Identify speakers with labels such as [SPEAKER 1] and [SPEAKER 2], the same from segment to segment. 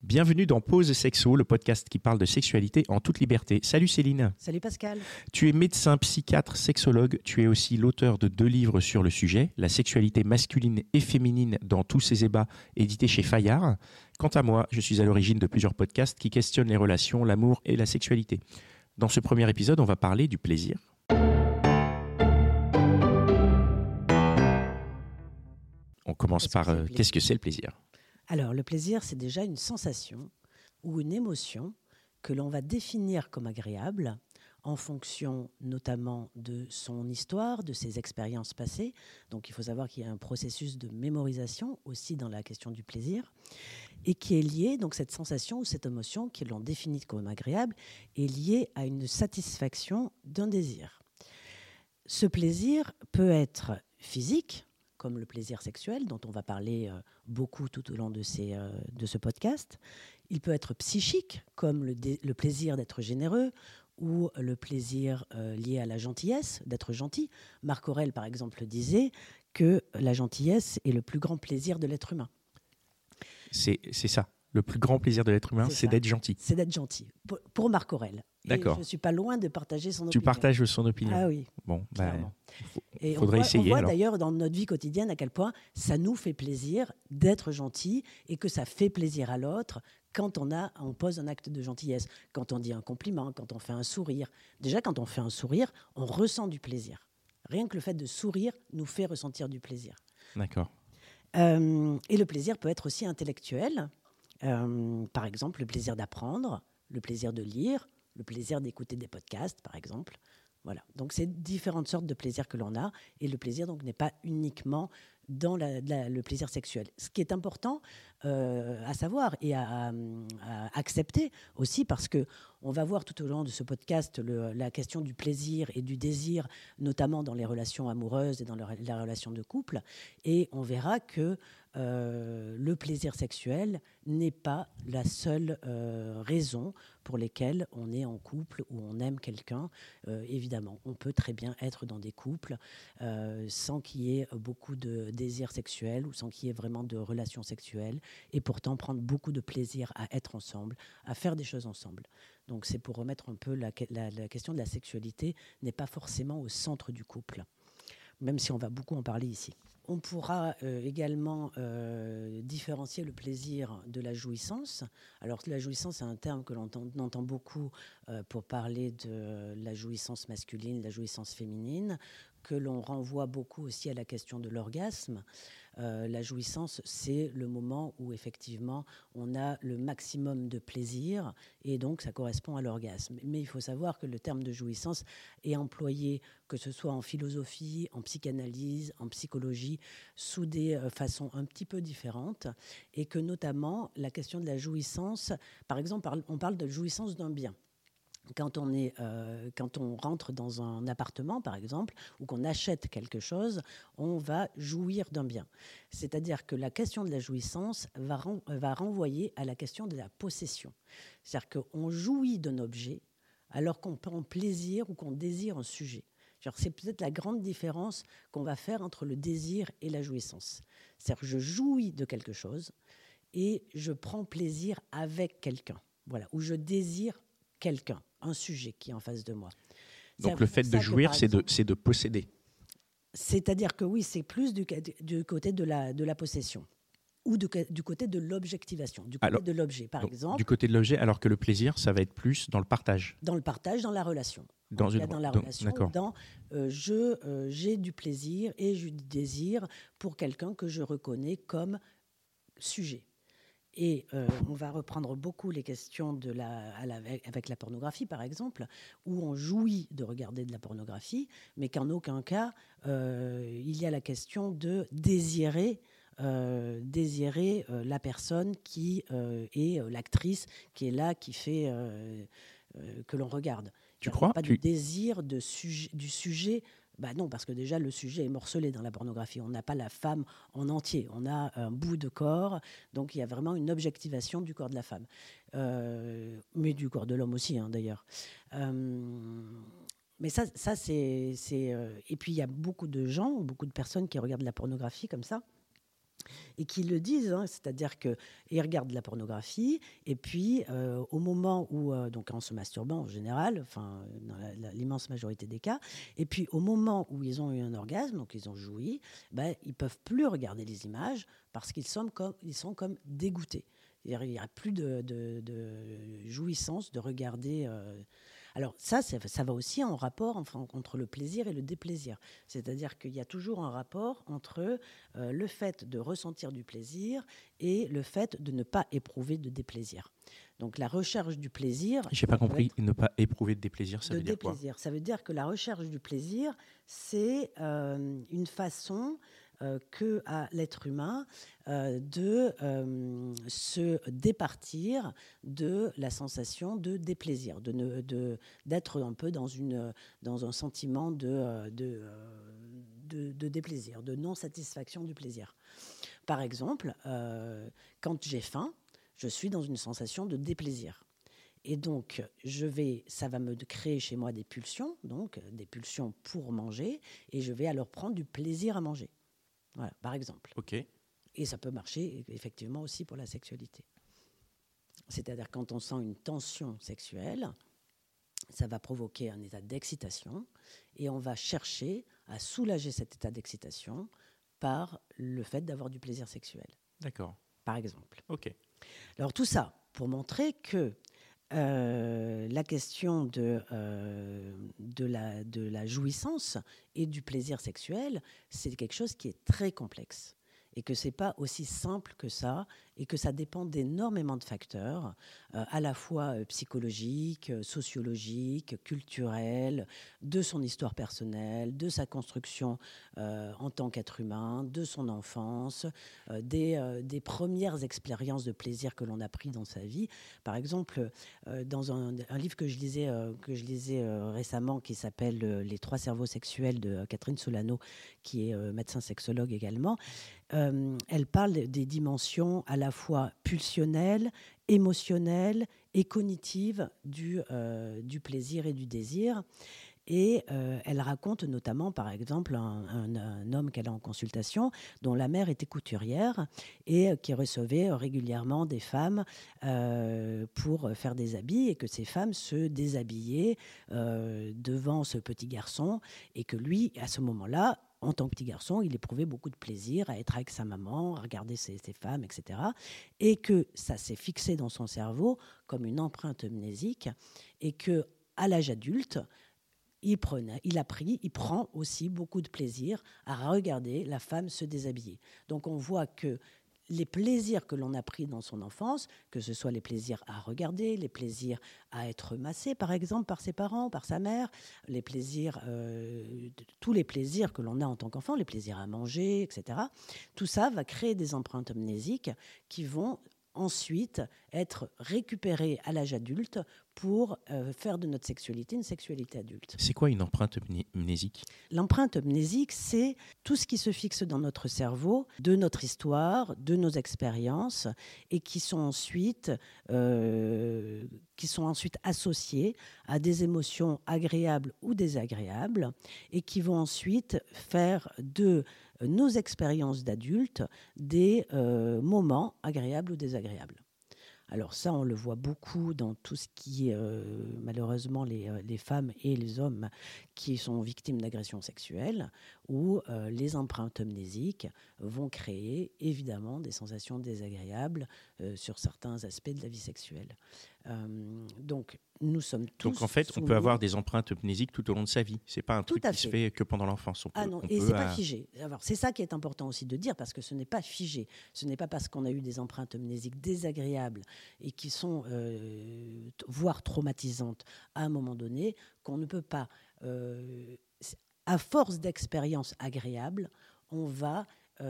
[SPEAKER 1] Bienvenue dans Pause Sexo, le podcast qui parle de sexualité en toute liberté. Salut Céline.
[SPEAKER 2] Salut Pascal.
[SPEAKER 1] Tu es médecin, psychiatre, sexologue. Tu es aussi l'auteur de 2 livres sur le sujet, La sexualité masculine et féminine dans tous ses ébats, édité chez Fayard. Quant à moi, je suis à l'origine de plusieurs podcasts qui questionnent les relations, l'amour et la sexualité. Dans ce premier épisode, on va parler du plaisir. On commence par qu'est-ce que c'est le plaisir ?
[SPEAKER 2] Alors, le plaisir, c'est déjà une sensation ou une émotion que l'on va définir comme agréable en fonction notamment de son histoire, de ses expériences passées. Donc, il faut savoir qu'il y a un processus de mémorisation aussi dans la question du plaisir et qui est lié, donc cette sensation ou cette émotion que l'on définit comme agréable est liée à une satisfaction d'un désir. Ce plaisir peut être physique, comme le plaisir sexuel, dont on va parler beaucoup tout au long de ce podcast. Il peut être psychique, comme le plaisir d'être généreux, ou le plaisir lié à la gentillesse, d'être gentil. Marc Aurèle, par exemple, disait que la gentillesse est le plus grand plaisir de l'être humain.
[SPEAKER 1] C'est ça. Le plus grand plaisir de l'être humain, c'est d'être gentil.
[SPEAKER 2] C'est d'être gentil, pour Marc Aurèle.
[SPEAKER 1] D'accord.
[SPEAKER 2] Et je ne suis pas loin de partager son opinion.
[SPEAKER 1] Tu partages son opinion.
[SPEAKER 2] Ah oui.
[SPEAKER 1] Bon,
[SPEAKER 2] et
[SPEAKER 1] faudrait essayer.
[SPEAKER 2] On voit
[SPEAKER 1] alors.
[SPEAKER 2] D'ailleurs dans notre vie quotidienne à quel point ça nous fait plaisir d'être gentil et que ça fait plaisir à l'autre quand on pose un acte de gentillesse, quand on dit un compliment, quand on fait un sourire. Déjà, quand on fait un sourire, on ressent du plaisir. Rien que le fait de sourire nous fait ressentir du plaisir.
[SPEAKER 1] D'accord.
[SPEAKER 2] Et le plaisir peut être aussi intellectuel. Par exemple, le plaisir d'apprendre, le plaisir de lire, le plaisir d'écouter des podcasts, par exemple. Voilà. Donc, c'est différentes sortes de plaisirs que l'on a. Et le plaisir, donc, n'est pas uniquement dans le plaisir sexuel. Ce qui est important à savoir et à accepter aussi, parce qu'on va voir tout au long de ce podcast la question du plaisir et du désir, notamment dans les relations amoureuses et dans la relation de couple. Et on verra que le plaisir sexuel n'est pas la seule raison pour lesquelles on est en couple ou on aime quelqu'un. Évidemment, on peut très bien être dans des couples sans qu'il y ait beaucoup de désir sexuel ou sans qu'il y ait vraiment de relations sexuelles et pourtant prendre beaucoup de plaisir à être ensemble, à faire des choses ensemble. Donc c'est pour remettre un peu la question de la sexualité n'est pas forcément au centre du couple, même si on va beaucoup en parler ici. On pourra également différencier le plaisir de la jouissance. Alors, la jouissance, c'est un terme que l'on entend beaucoup pour parler de la jouissance masculine, la jouissance féminine, que l'on renvoie beaucoup aussi à la question de l'orgasme. La jouissance, c'est le moment où, effectivement, on a le maximum de plaisir et donc ça correspond à l'orgasme. Mais il faut savoir que le terme de jouissance est employé, que ce soit en philosophie, en psychanalyse, en psychologie, sous des façons un petit peu différentes et que notamment la question de la jouissance, par exemple, on parle de jouissance d'un bien. Quand on rentre dans un appartement, par exemple, ou qu'on achète quelque chose, on va jouir d'un bien. C'est-à-dire que la question de la jouissance va renvoyer à la question de la possession. C'est-à-dire qu'on jouit d'un objet alors qu'on prend plaisir ou qu'on désire un sujet. C'est peut-être la grande différence qu'on va faire entre le désir et la jouissance. C'est-à-dire que je jouis de quelque chose et je prends plaisir avec quelqu'un. Voilà, ou je désire quelqu'un, un sujet qui est en face de moi.
[SPEAKER 1] Donc le fait de jouir, c'est de posséder.
[SPEAKER 2] C'est-à-dire que oui, c'est plus du côté de la possession ou du côté de l'objectivation, du côté de l'objet, par exemple.
[SPEAKER 1] Du côté de l'objet, alors que le plaisir, ça va être plus dans le partage.
[SPEAKER 2] Dans le partage, dans la relation. Dans la relation, j'ai du plaisir et du désir pour quelqu'un que je reconnais comme sujet. Et on va reprendre beaucoup les questions avec la pornographie, par exemple, où on jouit de regarder de la pornographie, mais qu'en aucun cas, il y a la question de désirer la personne qui est l'actrice, qui est là, qui fait que l'on regarde.
[SPEAKER 1] Tu crois ?
[SPEAKER 2] Pas de désir du sujet. Non, parce que déjà, le sujet est morcelé dans la pornographie. On n'a pas la femme en entier. On a un bout de corps. Donc, il y a vraiment une objectivation du corps de la femme. Mais du corps de l'homme aussi, d'ailleurs. Mais ça c'est... Et puis, il y a beaucoup de gens, beaucoup de personnes qui regardent la pornographie comme ça. et qui le disent, hein, c'est-à-dire qu'ils regardent de la pornographie, et puis au moment où, donc en se masturbant en général, enfin dans l'immense majorité des cas, et puis au moment où ils ont eu un orgasme, donc ils ont joui, ben, ils ne peuvent plus regarder les images parce qu'ils sont comme dégoûtés. Il n'y a plus de jouissance de regarder. Alors ça va aussi en rapport entre le plaisir et le déplaisir. C'est-à-dire qu'il y a toujours un rapport entre le fait de ressentir du plaisir et le fait de ne pas éprouver de déplaisir. Donc la recherche du plaisir...
[SPEAKER 1] Je n'ai pas compris, ne pas éprouver de déplaisir, ça veut dire quoi ?
[SPEAKER 2] Ça veut dire que la recherche du plaisir, c'est une façon qu'a l'être humain de se départir de la sensation de déplaisir, d'être un peu dans un sentiment de déplaisir, de non-satisfaction du plaisir. Par exemple, quand j'ai faim, je suis dans une sensation de déplaisir. Et donc, ça va me créer chez moi des pulsions pour manger, et je vais alors prendre du plaisir à manger. Voilà, par exemple.
[SPEAKER 1] Ok.
[SPEAKER 2] Et ça peut marcher effectivement aussi pour la sexualité. C'est-à-dire quand on sent une tension sexuelle, ça va provoquer un état d'excitation, et on va chercher à soulager cet état d'excitation par le fait d'avoir du plaisir sexuel.
[SPEAKER 1] D'accord.
[SPEAKER 2] Par exemple.
[SPEAKER 1] Ok.
[SPEAKER 2] Alors tout ça pour montrer que la question de la jouissance et du plaisir sexuel, c'est quelque chose qui est très complexe et que c'est pas aussi simple que ça, et que ça dépend d'énormément de facteurs, à la fois psychologiques, sociologiques, culturels, de son histoire personnelle, de sa construction en tant qu'être humain, de son enfance, des premières expériences de plaisir que l'on a pris dans sa vie. Par exemple, dans un livre que je lisais récemment, qui s'appelle Les 3 cerveaux sexuels de Catherine Solano, qui est médecin sexologue également, elle parle des dimensions à la fois pulsionnelles, émotionnelles et cognitives du plaisir et du désir. Et elle raconte notamment, par exemple, un homme qu'elle a en consultation, dont la mère était couturière et qui recevait régulièrement des femmes pour faire des habits, et que ces femmes se déshabillaient devant ce petit garçon, et que lui, à ce moment-là, en tant que petit garçon, il éprouvait beaucoup de plaisir à être avec sa maman, à regarder ces femmes, etc. Et que ça s'est fixé dans son cerveau comme une empreinte mnésique, et que à l'âge adulte, il prend aussi beaucoup de plaisir à regarder la femme se déshabiller. Donc on voit que les plaisirs que l'on a pris dans son enfance, que ce soit les plaisirs à regarder, les plaisirs à être massé, par exemple, par ses parents, par sa mère, les plaisirs, tous les plaisirs que l'on a en tant qu'enfant, les plaisirs à manger, etc., tout ça va créer des empreintes mnésiques qui vont ensuite être récupérées à l'âge adulte pour faire de notre sexualité une sexualité adulte.
[SPEAKER 1] C'est quoi une empreinte mnésique ?
[SPEAKER 2] L'empreinte mnésique, c'est tout ce qui se fixe dans notre cerveau, de notre histoire, de nos expériences, et qui sont ensuite associées à des émotions agréables ou désagréables, et qui vont ensuite faire de nos expériences d'adultes des moments agréables ou désagréables. Alors ça, on le voit beaucoup dans tout ce qui est malheureusement les femmes et les hommes qui sont victimes d'agressions sexuelles, où les empreintes mnésiques vont créer évidemment des sensations désagréables sur certains aspects de la vie sexuelle. Donc nous sommes tous...
[SPEAKER 1] Donc en fait, on peut avoir des empreintes mnésiques tout au long de sa vie. C'est pas un truc qui se fait que pendant l'enfance.
[SPEAKER 2] Et c'est pas figé. Alors c'est ça qui est important aussi de dire, parce que ce n'est pas figé. Ce n'est pas parce qu'on a eu des empreintes mnésiques désagréables et qui sont voire traumatisantes à un moment donné, qu'on ne peut pas, à force d'expériences agréables, on va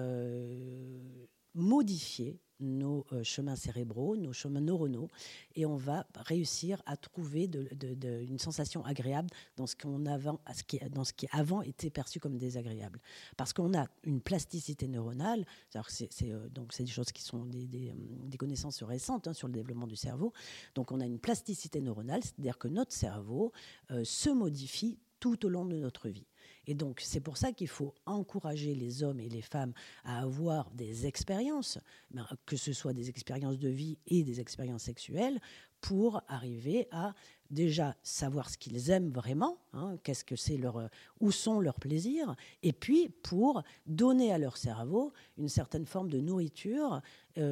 [SPEAKER 2] modifier nos chemins cérébraux, nos chemins neuronaux, et on va réussir à trouver une sensation agréable dans ce qui avant était perçu comme désagréable. Parce qu'on a une plasticité neuronale, donc c'est des choses qui sont des connaissances récentes sur le développement du cerveau. Donc on a une plasticité neuronale, c'est-à-dire que notre cerveau se modifie tout au long de notre vie. Et donc, c'est pour ça qu'il faut encourager les hommes et les femmes à avoir des expériences, que ce soit des expériences de vie et des expériences sexuelles, pour arriver à déjà savoir ce qu'ils aiment vraiment, qu'est-ce que c'est où sont leurs plaisirs, et puis pour donner à leur cerveau une certaine forme de nourriture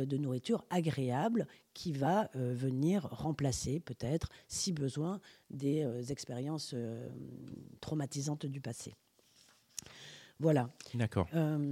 [SPEAKER 2] agréable qui va venir remplacer peut-être, si besoin, des expériences traumatisantes du passé. Voilà.
[SPEAKER 1] D'accord.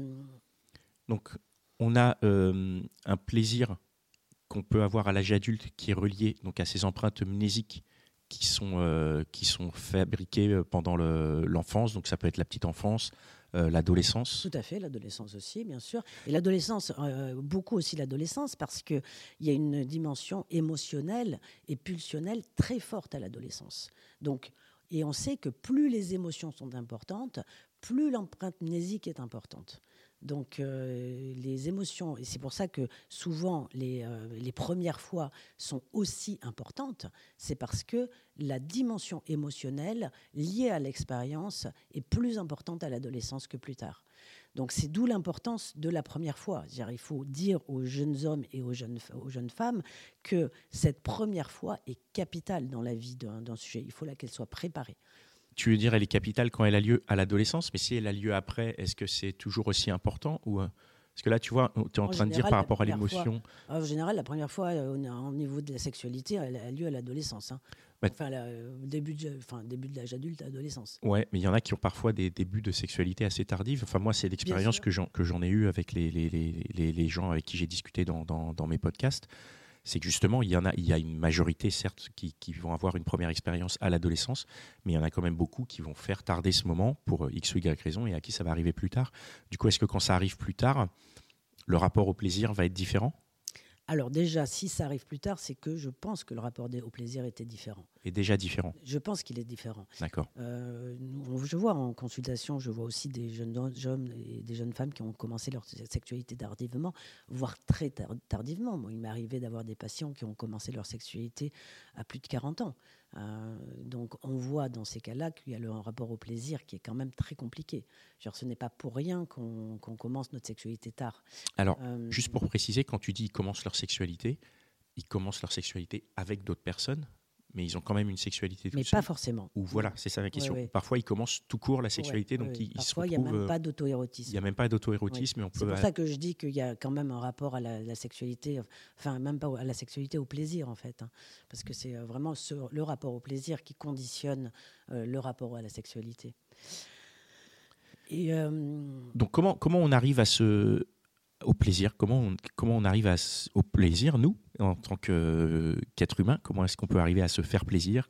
[SPEAKER 1] Donc, on a un plaisir qu'on peut avoir à l'âge adulte qui est relié donc, à ces empreintes mnésiques qui sont fabriquées pendant l'enfance. Donc, ça peut être la petite enfance, l'adolescence.
[SPEAKER 2] Tout à fait, l'adolescence aussi, bien sûr. Et l'adolescence, beaucoup aussi l'adolescence, parce qu'il y a une dimension émotionnelle et pulsionnelle très forte à l'adolescence. Donc, et on sait que plus les émotions sont importantes, plus l'empreinte mnésique est importante. Donc les émotions, et c'est pour ça que souvent les premières fois sont aussi importantes, c'est parce que la dimension émotionnelle liée à l'expérience est plus importante à l'adolescence que plus tard. Donc c'est d'où l'importance de la première fois. C'est-à-dire, il faut dire aux jeunes hommes et aux jeunes femmes que cette première fois est capitale dans la vie d'un sujet. Il faut qu'elle soit préparée.
[SPEAKER 1] Tu veux dire elle est capitale quand elle a lieu à l'adolescence, mais si elle a lieu après, est-ce que c'est toujours aussi important ou Parce que là, tu vois, tu es en train de dire par rapport à l'émotion.
[SPEAKER 2] En général, la première fois, au niveau de la sexualité, elle a lieu à l'adolescence. Enfin, début de l'âge adulte, adolescence.
[SPEAKER 1] Ouais, mais il y en a qui ont parfois des débuts de sexualité assez tardives. Enfin, moi, c'est l'expérience que j'en ai eue avec les gens avec qui j'ai discuté dans mes podcasts. C'est que justement, il y a une majorité, certes, qui vont avoir une première expérience à l'adolescence, mais il y en a quand même beaucoup qui vont faire tarder ce moment pour X ou Y raison et à qui ça va arriver plus tard. Du coup, est-ce que quand ça arrive plus tard, le rapport au plaisir va être différent ?
[SPEAKER 2] Alors déjà, si ça arrive plus tard, c'est que je pense que le rapport au plaisir était différent.
[SPEAKER 1] Est déjà différent.
[SPEAKER 2] Je pense qu'il est différent.
[SPEAKER 1] D'accord.
[SPEAKER 2] Je vois en consultation, je vois aussi des jeunes hommes et des jeunes femmes qui ont commencé leur sexualité tardivement, voire très tardivement. Moi, il m'est arrivé d'avoir des patients qui ont commencé leur sexualité à plus de 40 ans. Donc on voit dans ces cas-là qu'il y a un rapport au plaisir qui est quand même très compliqué. Genre, ce n'est pas pour rien qu'on commence notre sexualité tard.
[SPEAKER 1] Alors, juste pour préciser, quand tu dis ils commencent leur sexualité avec d'autres personnes, mais ils ont quand même une sexualité tout
[SPEAKER 2] mais
[SPEAKER 1] seul.
[SPEAKER 2] Pas forcément.
[SPEAKER 1] Ou voilà, c'est ça ma question.
[SPEAKER 2] Ouais.
[SPEAKER 1] Parfois, ils commencent tout court la sexualité, donc ils se retrouvent...
[SPEAKER 2] Parfois, il n'y a même pas d'auto-érotisme.
[SPEAKER 1] Il n'y a même pas d'auto-érotisme, mais on peut...
[SPEAKER 2] C'est pour ça que je dis qu'il y a quand même un rapport à la sexualité, enfin même pas à la sexualité, au plaisir en fait, parce que c'est vraiment le rapport au plaisir qui conditionne le rapport à la sexualité. Et
[SPEAKER 1] donc comment on arrive au plaisir, comment on arrive au plaisir, nous, en tant qu'être humain, comment est-ce qu'on peut arriver à se faire plaisir,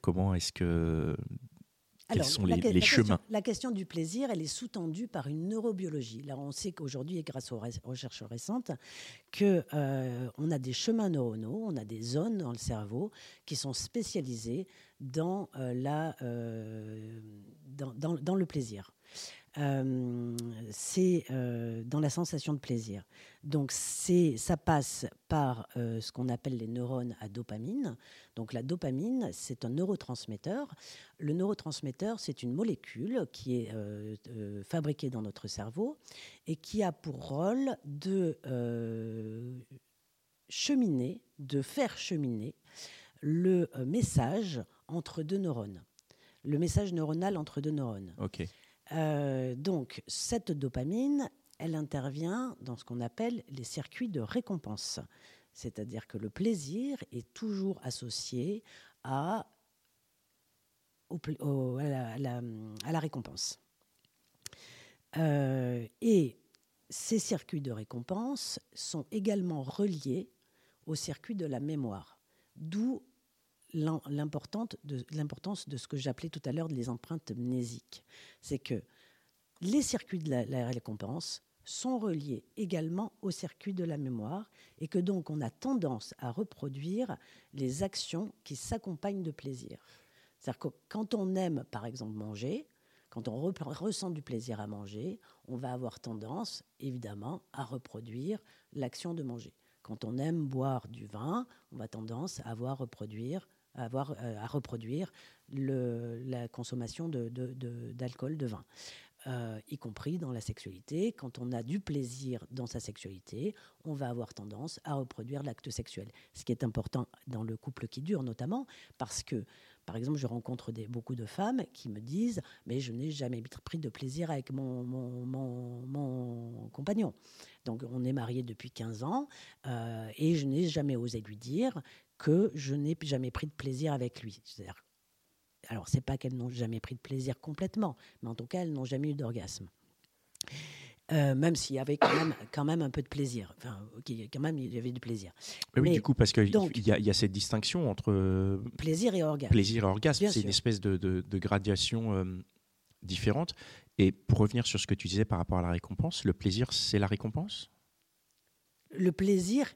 [SPEAKER 1] quels sont les chemins?
[SPEAKER 2] La question du plaisir, elle est sous-tendue par une neurobiologie. Là, on sait qu'aujourd'hui, et grâce aux recherches récentes, on a des chemins neuronaux, on a des zones dans le cerveau qui sont spécialisées dans le plaisir. C'est dans la sensation de plaisir. Donc ça passe par ce qu'on appelle les neurones à dopamine. Donc la dopamine, c'est un neurotransmetteur. Le neurotransmetteur, c'est une molécule qui est fabriquée dans notre cerveau et qui a pour rôle de faire cheminer le message entre deux neurones. Le message neuronal entre deux neurones.
[SPEAKER 1] Ok.
[SPEAKER 2] Donc, cette dopamine, elle intervient dans ce qu'on appelle les circuits de récompense. C'est-à-dire que le plaisir est toujours associé à la récompense. Et ces circuits de récompense sont également reliés au circuit de la mémoire, d'où l'importance de ce que j'appelais tout à l'heure les empreintes mnésiques. C'est que les circuits de la récompense sont reliés également au circuit de la mémoire et que donc on a tendance à reproduire les actions qui s'accompagnent de plaisir. C'est-à-dire que quand on aime, par exemple, manger, quand on ressent du plaisir à manger, on va avoir tendance, évidemment, à reproduire l'action de manger. Quand on aime boire du vin, on va tendance à reproduire à reproduire la consommation d'alcool, de vin. Y compris dans la sexualité. Quand on a du plaisir dans sa sexualité, on va avoir tendance à reproduire l'acte sexuel. Ce qui est important dans le couple qui dure, notamment, parce que, par exemple, je rencontre beaucoup de femmes qui me disent « mais je n'ai jamais pris de plaisir avec mon compagnon ». Donc, on est mariés depuis 15 ans et je n'ai jamais osé lui dire que je n'ai jamais pris de plaisir avec lui. C'est-à-dire, alors, ce n'est pas qu'elles n'ont jamais pris de plaisir complètement, mais en tout cas, elles n'ont jamais eu d'orgasme. Même s'il y avait quand même un peu de plaisir. Enfin, quand même, il y avait du plaisir.
[SPEAKER 1] Oui, du coup, parce qu'il y a cette distinction entre
[SPEAKER 2] plaisir et orgasme.
[SPEAKER 1] Plaisir et orgasme,
[SPEAKER 2] Bien
[SPEAKER 1] c'est
[SPEAKER 2] sûr.
[SPEAKER 1] une espèce de gradation différente. Et pour revenir sur ce que tu disais par rapport à la récompense, le plaisir, c'est la récompense ?
[SPEAKER 2] Le plaisir,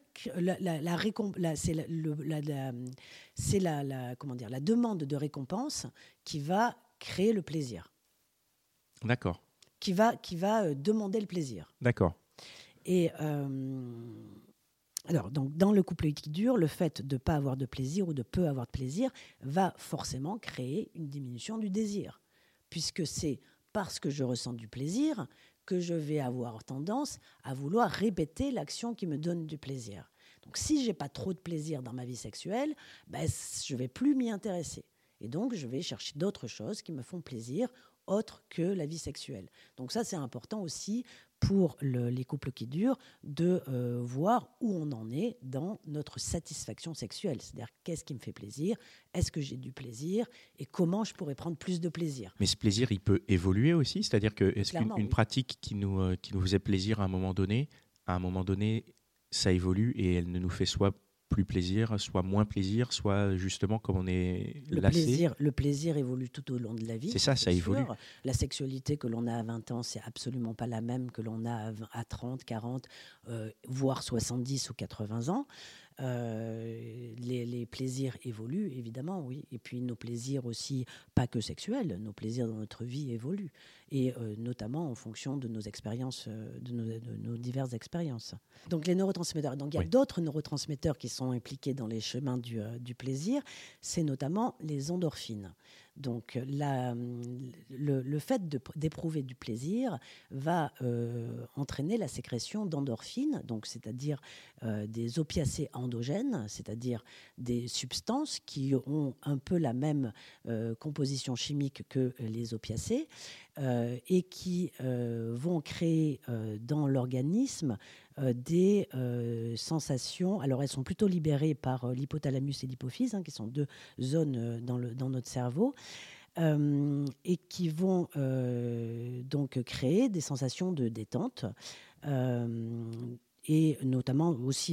[SPEAKER 2] c'est la demande de récompense qui va créer le plaisir.
[SPEAKER 1] D'accord.
[SPEAKER 2] Qui va demander le plaisir.
[SPEAKER 1] D'accord.
[SPEAKER 2] Et alors, donc, dans le couple qui dure, le fait de ne pas avoir de plaisir ou de peu avoir de plaisir va forcément créer une diminution du désir, puisque c'est parce que je ressens du plaisir que je vais avoir tendance à vouloir répéter l'action qui me donne du plaisir. Donc, si je n'ai pas trop de plaisir dans ma vie sexuelle, je ne vais plus m'y intéresser. Et donc, je vais chercher d'autres choses qui me font plaisir, autres que la vie sexuelle. Donc ça, c'est important aussi pour les couples qui durent de voir où on en est dans notre satisfaction sexuelle. C'est-à-dire, qu'est-ce qui me fait plaisir ? Est-ce que j'ai du plaisir ? Et comment je pourrais prendre plus de plaisir ?
[SPEAKER 1] Mais ce plaisir, il peut évoluer aussi ? C'est-à-dire que est-ce
[SPEAKER 2] Clairement,
[SPEAKER 1] qu'une pratique qui nous faisait plaisir à un moment donné, ça évolue et elle ne nous fait soit plus plaisir, soit moins plaisir, soit justement comme on est lassé.
[SPEAKER 2] Le plaisir évolue tout au long de la vie.
[SPEAKER 1] C'est ça, ça évolue.
[SPEAKER 2] La sexualité que l'on a à 20 ans, c'est absolument pas la même que l'on a à 30, 40, voire 70 ou 80 ans. Les plaisirs évoluent, évidemment, oui. Et puis nos plaisirs aussi, pas que sexuels, nos plaisirs dans notre vie évoluent. Et notamment en fonction de nos expériences, de nos diverses expériences. Donc les neurotransmetteurs. Donc il y a d'autres neurotransmetteurs qui sont impliqués dans les chemins du plaisir. C'est notamment les endorphines. Donc le fait d'éprouver du plaisir va entraîner la sécrétion d'endorphines, donc c'est-à-dire des opiacés endogènes, c'est-à-dire des substances qui ont un peu la même composition chimique que les opiacés et qui vont créer dans l'organisme des sensations. Alors, elles sont plutôt libérées par l'hypothalamus et l'hypophyse, qui sont deux zones dans notre cerveau, et qui vont donc créer des sensations de détente et notamment aussi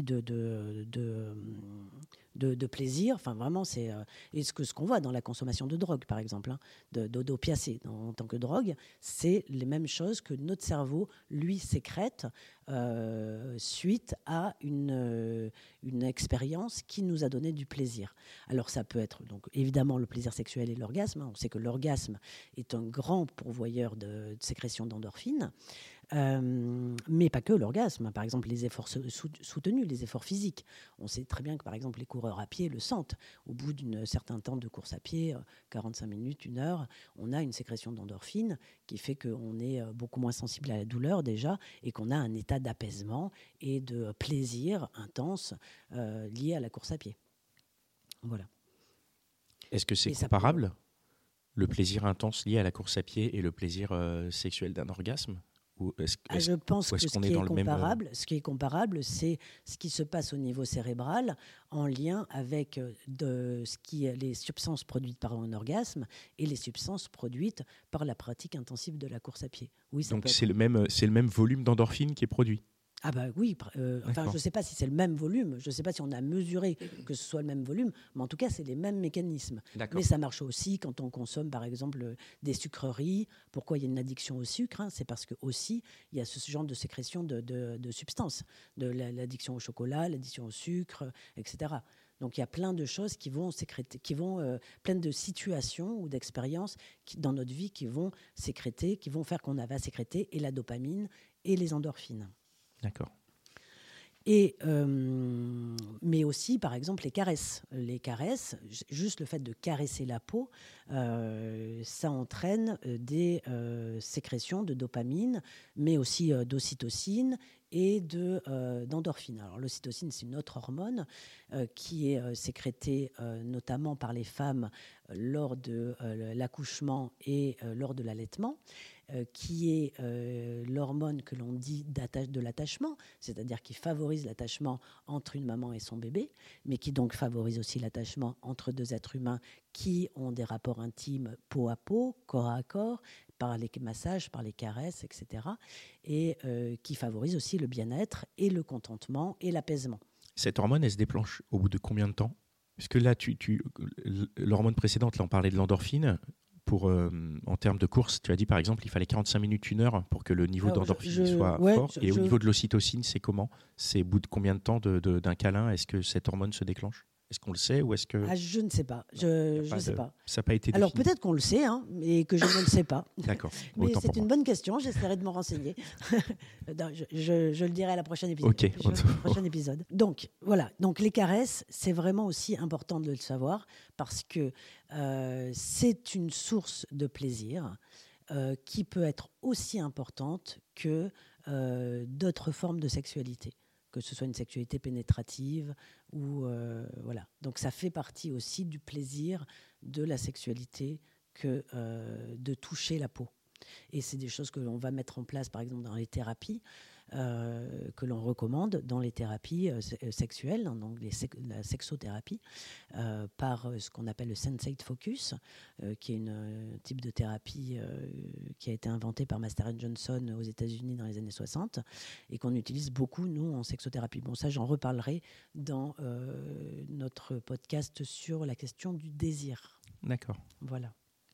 [SPEAKER 2] de plaisir. Enfin, vraiment, c'est ce qu'on voit dans la consommation de drogue, par exemple, d'opiacés en tant que drogue, c'est les mêmes choses que notre cerveau, lui, sécrète suite à une expérience qui nous a donné du plaisir. Alors, ça peut être, donc, évidemment, le plaisir sexuel et l'orgasme. On sait que l'orgasme est un grand pourvoyeur de sécrétion d'endorphines. Mais pas que l'orgasme. Par exemple, les efforts soutenus, les efforts physiques. On sait très bien que, par exemple, les coureurs à pied le sentent. Au bout d'un certain temps de course à pied, 45 minutes, 1 heure, on a une sécrétion d'endorphine qui fait qu'on est beaucoup moins sensible à la douleur déjà et qu'on a un état d'apaisement et de plaisir intense lié à la course à pied. Voilà.
[SPEAKER 1] Est-ce que c'est comparable, le plaisir intense lié à la course à pied et le plaisir sexuel d'un orgasme ?
[SPEAKER 2] Je pense que ce qui est comparable, c'est ce qui se passe au niveau cérébral en lien avec les substances produites par un orgasme et les substances produites par la pratique intensive de la course à pied. Oui,
[SPEAKER 1] donc c'est le même volume d'endorphine qui est produit.
[SPEAKER 2] Ah bah oui, enfin je ne sais pas si c'est le même volume, je ne sais pas si on a mesuré que ce soit le même volume, mais en tout cas c'est les mêmes mécanismes. Mais ça marche aussi quand on consomme par exemple des sucreries. Pourquoi il y a une addiction au sucre ? C'est parce que aussi il y a ce genre de sécrétion de substances, de l'addiction au chocolat, l'addiction au sucre, etc. Donc il y a plein de choses qui vont sécréter, plein de situations ou d'expériences dans notre vie qui vont sécréter, qui vont faire qu'on va sécréter et la dopamine et les endorphines.
[SPEAKER 1] D'accord.
[SPEAKER 2] Mais aussi, par exemple, les caresses. Les caresses, juste le fait de caresser la peau, ça entraîne des sécrétions de dopamine, mais aussi d'ocytocine et d'endorphine. Alors l'ocytocine, c'est une autre hormone qui est sécrétée notamment par les femmes lors de l'accouchement et lors de l'allaitement, qui est l'hormone que l'on dit de l'attachement, c'est-à-dire qui favorise l'attachement entre une maman et son bébé, mais qui donc favorise aussi l'attachement entre deux êtres humains qui ont des rapports intimes peau à peau, corps à corps, par les massages, par les caresses, etc. Et qui favorise aussi le bien-être et le contentement et l'apaisement.
[SPEAKER 1] Cette hormone, elle se déclenche au bout de combien de temps? Parce que là, l'hormone précédente, là, on parlait de l'endorphine. En termes de course, tu as dit par exemple il fallait 45 minutes, 1 heure pour que le niveau d'endorphine soit fort. Et au niveau de l'ocytocine, c'est comment? C'est au bout de combien de temps d'un câlin est-ce que cette hormone se déclenche? Est-ce qu'on le sait ou est-ce que...
[SPEAKER 2] Je ne sais pas. Je ne sais pas.
[SPEAKER 1] Ça n'a pas été défini.
[SPEAKER 2] Alors peut-être qu'on le sait, mais que je ne le sais pas.
[SPEAKER 1] D'accord.
[SPEAKER 2] Mais c'est une bonne question. J'essaierai de m'en renseigner. je le dirai à la prochaine épisode.
[SPEAKER 1] Okay.
[SPEAKER 2] Prochain épisode. Donc voilà. Donc les caresses, c'est vraiment aussi important de le savoir parce que c'est une source de plaisir qui peut être aussi importante que d'autres formes de sexualité, que ce soit une sexualité pénétrative ou voilà. Donc ça fait partie aussi du plaisir de la sexualité que de toucher la peau. Et c'est des choses que l'on va mettre en place, par exemple, dans les thérapies, que l'on recommande dans les thérapies sexuelles, donc la sexothérapie, par ce qu'on appelle le Sensate Focus, qui est un type de thérapie qui a été inventé par Master & Johnson aux États-Unis dans les années 60 et qu'on utilise beaucoup, nous, en sexothérapie. Bon, ça, j'en reparlerai dans notre podcast sur la question du désir.
[SPEAKER 1] D'accord.
[SPEAKER 2] Voilà.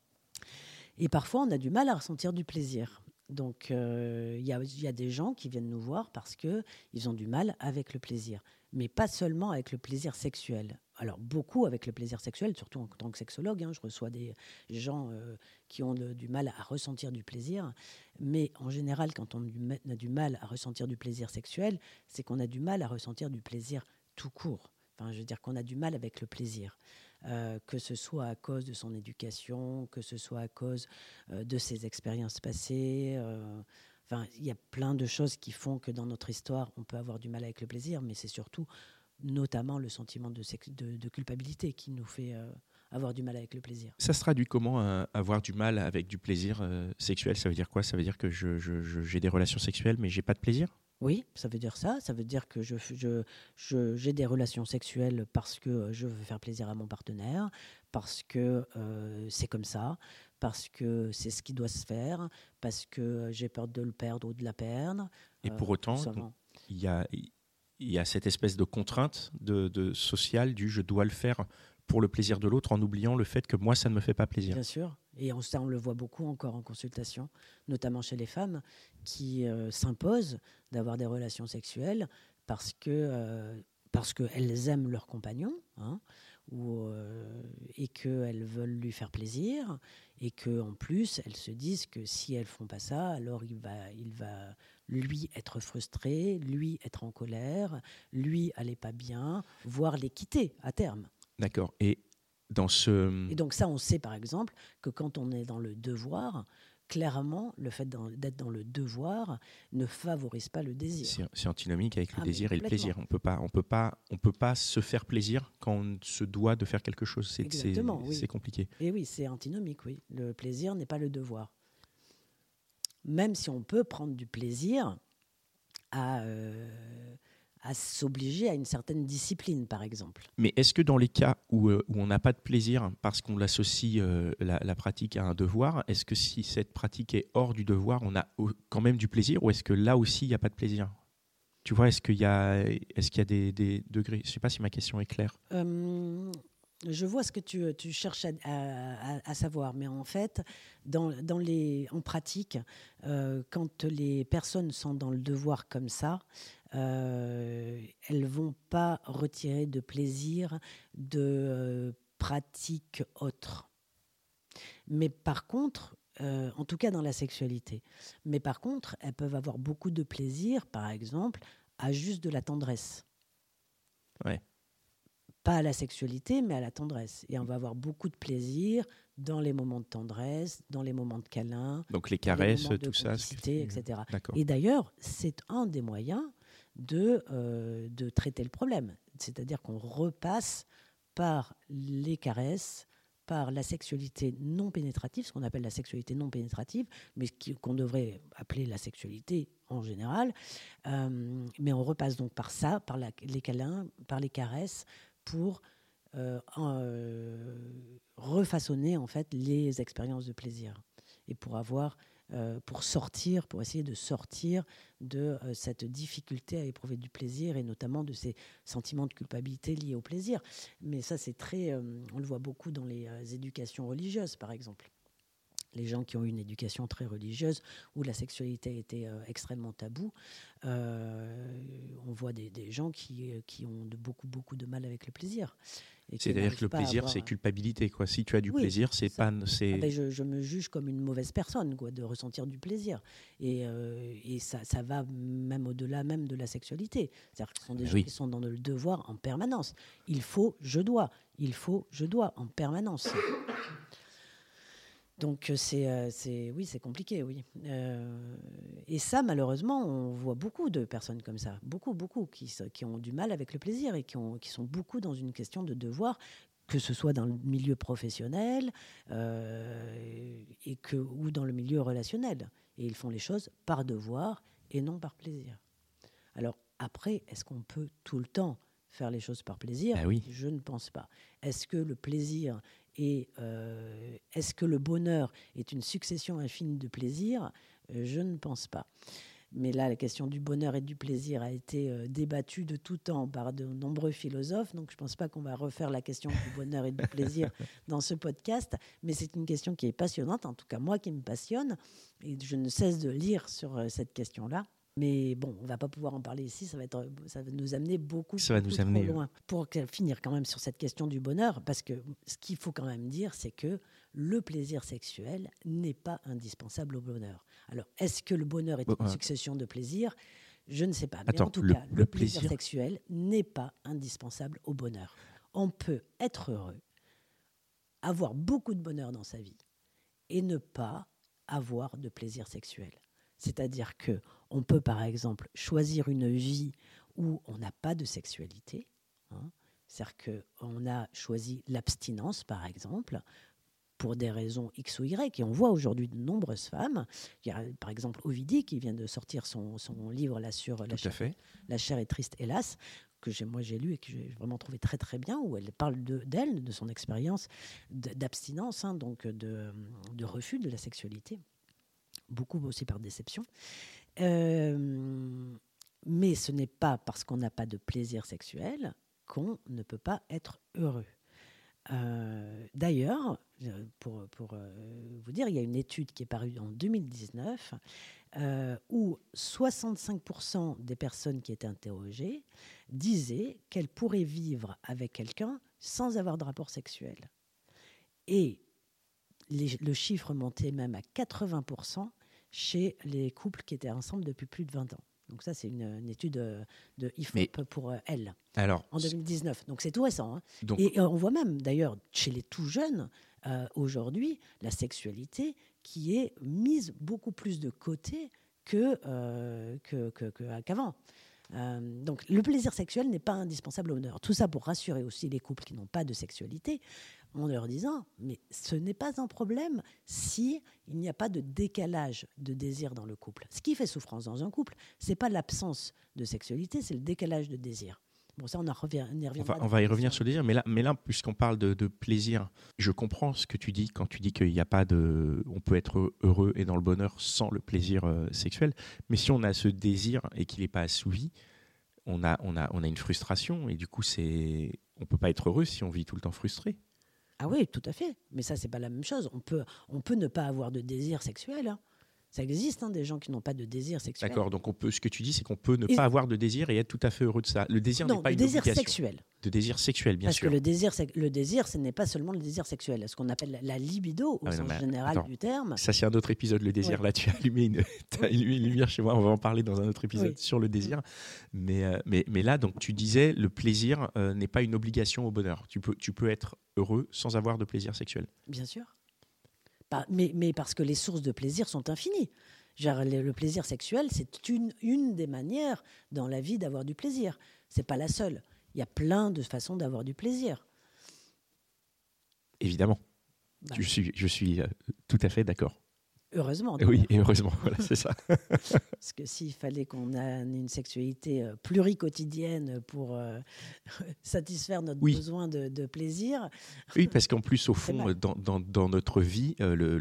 [SPEAKER 2] Et parfois, on a du mal à ressentir du plaisir. Donc, y a des gens qui viennent nous voir parce qu'ils ont du mal avec le plaisir. Mais pas seulement avec le plaisir sexuel. Alors, beaucoup avec le plaisir sexuel, surtout en tant que sexologue. Je reçois des gens qui ont du mal à ressentir du plaisir. Mais en général, quand on a du mal à ressentir du plaisir sexuel, c'est qu'on a du mal à ressentir du plaisir tout court. Enfin, je veux dire qu'on a du mal avec le plaisir. Que ce soit à cause de son éducation, que ce soit à cause de ses expériences passées. Enfin, il y a plein de choses qui font que dans notre histoire, on peut avoir du mal avec le plaisir, mais c'est surtout, notamment, le sentiment de culpabilité qui nous fait avoir du mal avec le plaisir.
[SPEAKER 1] Ça se traduit comment, avoir du mal avec du plaisir sexuel? Ça veut dire quoi? Ça veut dire que j'ai des relations sexuelles, mais j'ai pas de plaisir?
[SPEAKER 2] Oui, ça veut dire ça. Ça veut dire que j'ai des relations sexuelles parce que je veux faire plaisir à mon partenaire, parce que c'est comme ça, parce que c'est ce qui doit se faire, parce que j'ai peur de le perdre ou de la perdre.
[SPEAKER 1] Et pour autant, il y a cette espèce de contrainte sociale du « je dois le faire » pour le plaisir de l'autre en oubliant le fait que moi, ça ne me fait pas plaisir.
[SPEAKER 2] Bien sûr. Et ça, on le voit beaucoup encore en consultation, notamment chez les femmes qui s'imposent d'avoir des relations sexuelles parce qu'elles aiment leur compagnon et qu'elles veulent lui faire plaisir et qu'en plus, elles se disent que si elles ne font pas ça, alors il va lui être frustré, lui être en colère, lui aller pas bien, voire les quitter à terme.
[SPEAKER 1] D'accord. Et
[SPEAKER 2] donc ça, on sait par exemple que quand on est dans le devoir, clairement, le fait d'être dans le devoir ne favorise pas le désir.
[SPEAKER 1] C'est antinomique avec le désir et le plaisir. On peut pas se faire plaisir quand on se doit de faire quelque chose. C'est compliqué.
[SPEAKER 2] Et oui, c'est antinomique, oui. Le plaisir n'est pas le devoir. Même si on peut prendre du plaisir à s'obliger à une certaine discipline, par exemple.
[SPEAKER 1] Mais est-ce que dans les cas où on n'a pas de plaisir parce qu'on associe la pratique à un devoir, est-ce que si cette pratique est hors du devoir, on a quand même du plaisir, ou est-ce que là aussi, il n'y a pas de plaisir? Tu vois, est-ce qu'il y a des degrés? Je ne sais pas si ma question est claire.
[SPEAKER 2] Je vois ce que tu cherches à savoir, mais en fait, en pratique, quand les personnes sont dans le devoir comme ça, elles ne vont pas retirer de plaisir de pratiques autres. Mais par contre, en tout cas dans la sexualité, mais par contre, elles peuvent avoir beaucoup de plaisir, par exemple, à juste de la tendresse.
[SPEAKER 1] Ouais.
[SPEAKER 2] Pas à la sexualité, mais à la tendresse. Et on va avoir beaucoup de plaisir dans les moments de tendresse, dans les moments de câlin,
[SPEAKER 1] Donc les
[SPEAKER 2] dans les
[SPEAKER 1] caresses,
[SPEAKER 2] moments de
[SPEAKER 1] tout ça.
[SPEAKER 2] complicité, etc.
[SPEAKER 1] D'accord.
[SPEAKER 2] Et d'ailleurs, c'est un des moyens de traiter le problème. C'est-à-dire qu'on repasse par les caresses, par la sexualité non pénétrative, ce qu'on appelle la sexualité non pénétrative, mais qu'on devrait appeler la sexualité en général. Mais on repasse donc par ça, par les câlins, par les caresses, pour refaçonner en fait les expériences de plaisir et pour essayer de sortir de cette difficulté à éprouver du plaisir et notamment de ces sentiments de culpabilité liés au plaisir. Mais ça, c'est on le voit beaucoup dans les éducations religieuses, par exemple. Les gens qui ont eu une éducation très religieuse, où la sexualité était extrêmement taboue, on voit des gens qui ont beaucoup de mal avec le plaisir.
[SPEAKER 1] C'est-à-dire que le plaisir, c'est culpabilité, quoi. Si tu as du plaisir, c'est
[SPEAKER 2] ça.
[SPEAKER 1] pas...
[SPEAKER 2] Je me juge comme une mauvaise personne, quoi, de ressentir du plaisir. Et ça va même au-delà même de la sexualité. C'est-à-dire que ce sont des gens qui sont dans le devoir en permanence. Il faut, je dois en permanence. Donc c'est compliqué, oui. Et ça, malheureusement, on voit beaucoup de personnes comme ça, beaucoup, qui ont du mal avec le plaisir et qui sont beaucoup dans une question de devoir, que ce soit dans le milieu professionnel ou dans le milieu relationnel. Et ils font les choses par devoir et non par plaisir. Alors après, est-ce qu'on peut tout le temps faire les choses par plaisir ?
[SPEAKER 1] Oui.
[SPEAKER 2] Je ne pense pas. Est-ce que le plaisir est-ce que le bonheur est une succession infinie de plaisirs ? Je ne pense pas. Mais là, la question du bonheur et du plaisir a été débattue de tout temps par de nombreux philosophes. Donc, je ne pense pas qu'on va refaire la question du bonheur et du plaisir dans ce podcast. Mais c'est une question qui est passionnante, en tout cas moi qui me passionne. Et je ne cesse de lire sur cette question-là. Mais bon, on ne va pas pouvoir en parler ici, ça va nous amener beaucoup trop loin. Pour finir quand même sur cette question du bonheur, parce que ce qu'il faut quand même dire, c'est que le plaisir sexuel n'est pas indispensable au bonheur. Alors, est-ce que le bonheur est une succession de plaisirs ? Je ne sais pas. Mais en tout cas, le plaisir sexuel n'est pas indispensable au bonheur. On peut être heureux, avoir beaucoup de bonheur dans sa vie et ne pas avoir de plaisir sexuel. C'est-à-dire qu'on peut, par exemple, choisir une vie où on n'a pas de sexualité. C'est-à-dire qu'on a choisi l'abstinence, par exemple, pour des raisons X ou Y. Et on voit aujourd'hui de nombreuses femmes. Il y a, par exemple, Ovidie, qui vient de sortir son livre là, sur La chair est triste, hélas, que moi j'ai lu et que j'ai vraiment trouvé très, très bien, où elle parle d'elle, de son expérience d'abstinence, donc de refus de la sexualité. Beaucoup aussi par déception. Mais ce n'est pas parce qu'on n'a pas de plaisir sexuel qu'on ne peut pas être heureux. D'ailleurs, pour vous dire, il y a une étude qui est parue en 2019 où 65% des personnes qui étaient interrogées disaient qu'elles pourraient vivre avec quelqu'un sans avoir de rapport sexuel. Et le chiffre montait même à 80% chez les couples qui étaient ensemble depuis plus de 20 ans. Donc ça, c'est une étude de IFOP pour elle, en 2019. Donc c'est tout récent. Et on voit même, d'ailleurs, chez les tout jeunes, aujourd'hui, la sexualité qui est mise beaucoup plus de côté qu'avant. Donc le plaisir sexuel n'est pas indispensable au bonheur. Tout ça pour rassurer aussi les couples qui n'ont pas de sexualité, en leur disant, mais ce n'est pas un problème si il n'y a pas de décalage de désir dans le couple. Ce qui fait souffrance dans un couple, c'est pas l'absence de sexualité, c'est le décalage de désir. Bon, ça, on y reviendra.
[SPEAKER 1] On va y revenir sur le désir, mais là, puisqu'on parle de plaisir, je comprends ce que tu dis quand tu dis qu'il n'y a pas on peut être heureux et dans le bonheur sans le plaisir sexuel. Mais si on a ce désir et qu'il n'est pas assouvi, on a une frustration et du coup, on peut pas être heureux si on vit tout le temps frustré.
[SPEAKER 2] Ah oui, tout à fait. Mais ça, c'est pas la même chose. On peut ne pas avoir de désir sexuel. Ça existe, des gens qui n'ont pas de désir sexuel.
[SPEAKER 1] D'accord, donc ce que tu dis, c'est qu'on peut ne pas avoir de désir et être tout à fait heureux de ça. Le désir n'est pas une obligation.
[SPEAKER 2] Désir sexuel.
[SPEAKER 1] De désir sexuel, bien sûr.
[SPEAKER 2] Parce que le désir, ce n'est pas seulement le désir sexuel. Ce qu'on appelle la libido, au sens général du terme.
[SPEAKER 1] Ça, c'est un autre épisode, le désir. Là, tu as allumé une lumière chez moi. On va en parler dans un autre épisode sur le désir. Mais là, donc, tu disais, le plaisir n'est pas une obligation au bonheur. Tu peux être heureux sans avoir de plaisir sexuel.
[SPEAKER 2] Bien sûr. Mais parce que les sources de plaisir sont infinies. Le plaisir sexuel, c'est une des manières dans la vie d'avoir du plaisir. Ce n'est pas la seule. Il y a plein de façons d'avoir du plaisir.
[SPEAKER 1] Évidemment. Je suis tout à fait d'accord.
[SPEAKER 2] Heureusement.
[SPEAKER 1] Oui, et heureusement, voilà, c'est ça.
[SPEAKER 2] Parce que s'il fallait qu'on ait une sexualité pluricotidienne pour satisfaire notre besoin de plaisir...
[SPEAKER 1] Oui, parce qu'en plus, au fond, dans notre vie,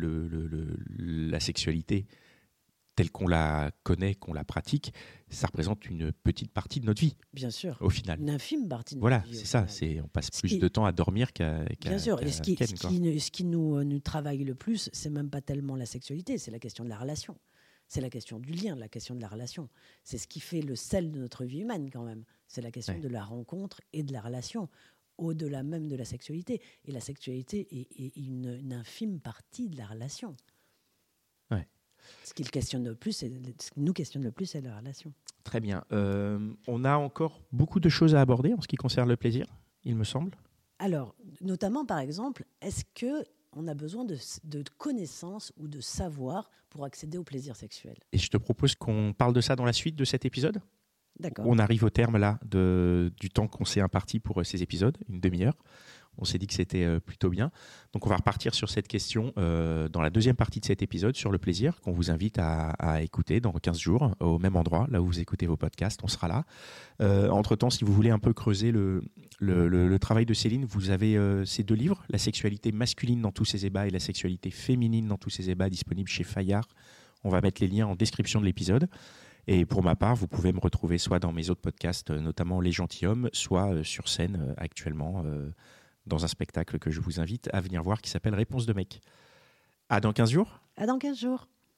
[SPEAKER 1] la sexualité telle qu'on la connaît, qu'on la pratique, ça représente une petite partie de notre vie.
[SPEAKER 2] Bien sûr.
[SPEAKER 1] Au final.
[SPEAKER 2] Une infime partie de
[SPEAKER 1] notre
[SPEAKER 2] vie.
[SPEAKER 1] Voilà, c'est ça. On passe plus de temps à dormir qu'à
[SPEAKER 2] Bien sûr. Et ce qui nous travaille le plus, c'est même pas tellement la sexualité, c'est la question de la relation. C'est la question du lien, la question de la relation. C'est ce qui fait le sel de notre vie humaine quand même. C'est la question de la rencontre et de la relation, au-delà même de la sexualité. Et la sexualité est une infime partie de la relation.
[SPEAKER 1] Ouais.
[SPEAKER 2] Ce qui nous questionne le plus, c'est la relation.
[SPEAKER 1] Très bien. On a encore beaucoup de choses à aborder en ce qui concerne le plaisir, il me semble.
[SPEAKER 2] Alors, notamment, par exemple, est-ce qu'on a besoin de connaissances ou de savoir pour accéder au plaisir sexuel?
[SPEAKER 1] Et je te propose qu'on parle de ça dans la suite de cet épisode.
[SPEAKER 2] D'accord.
[SPEAKER 1] On arrive au terme là du temps qu'on s'est imparti pour ces épisodes, une demi-heure. On s'est dit que c'était plutôt bien. Donc, on va repartir sur cette question dans la deuxième partie de cet épisode sur le plaisir qu'on vous invite à écouter dans 15 jours au même endroit, là où vous écoutez vos podcasts. On sera là. Entre-temps, si vous voulez un peu creuser le travail de Céline, vous avez ces deux livres, La sexualité masculine dans tous ses ébats et La sexualité féminine dans tous ses ébats, disponibles chez Fayard. On va mettre les liens en description de l'épisode. Et pour ma part, vous pouvez me retrouver soit dans mes autres podcasts, notamment Les Gentilshommes, soit sur scène actuellement dans un spectacle que je vous invite à venir voir qui s'appelle Réponse de mec. À dans 15 jours.
[SPEAKER 2] À dans 15 jours.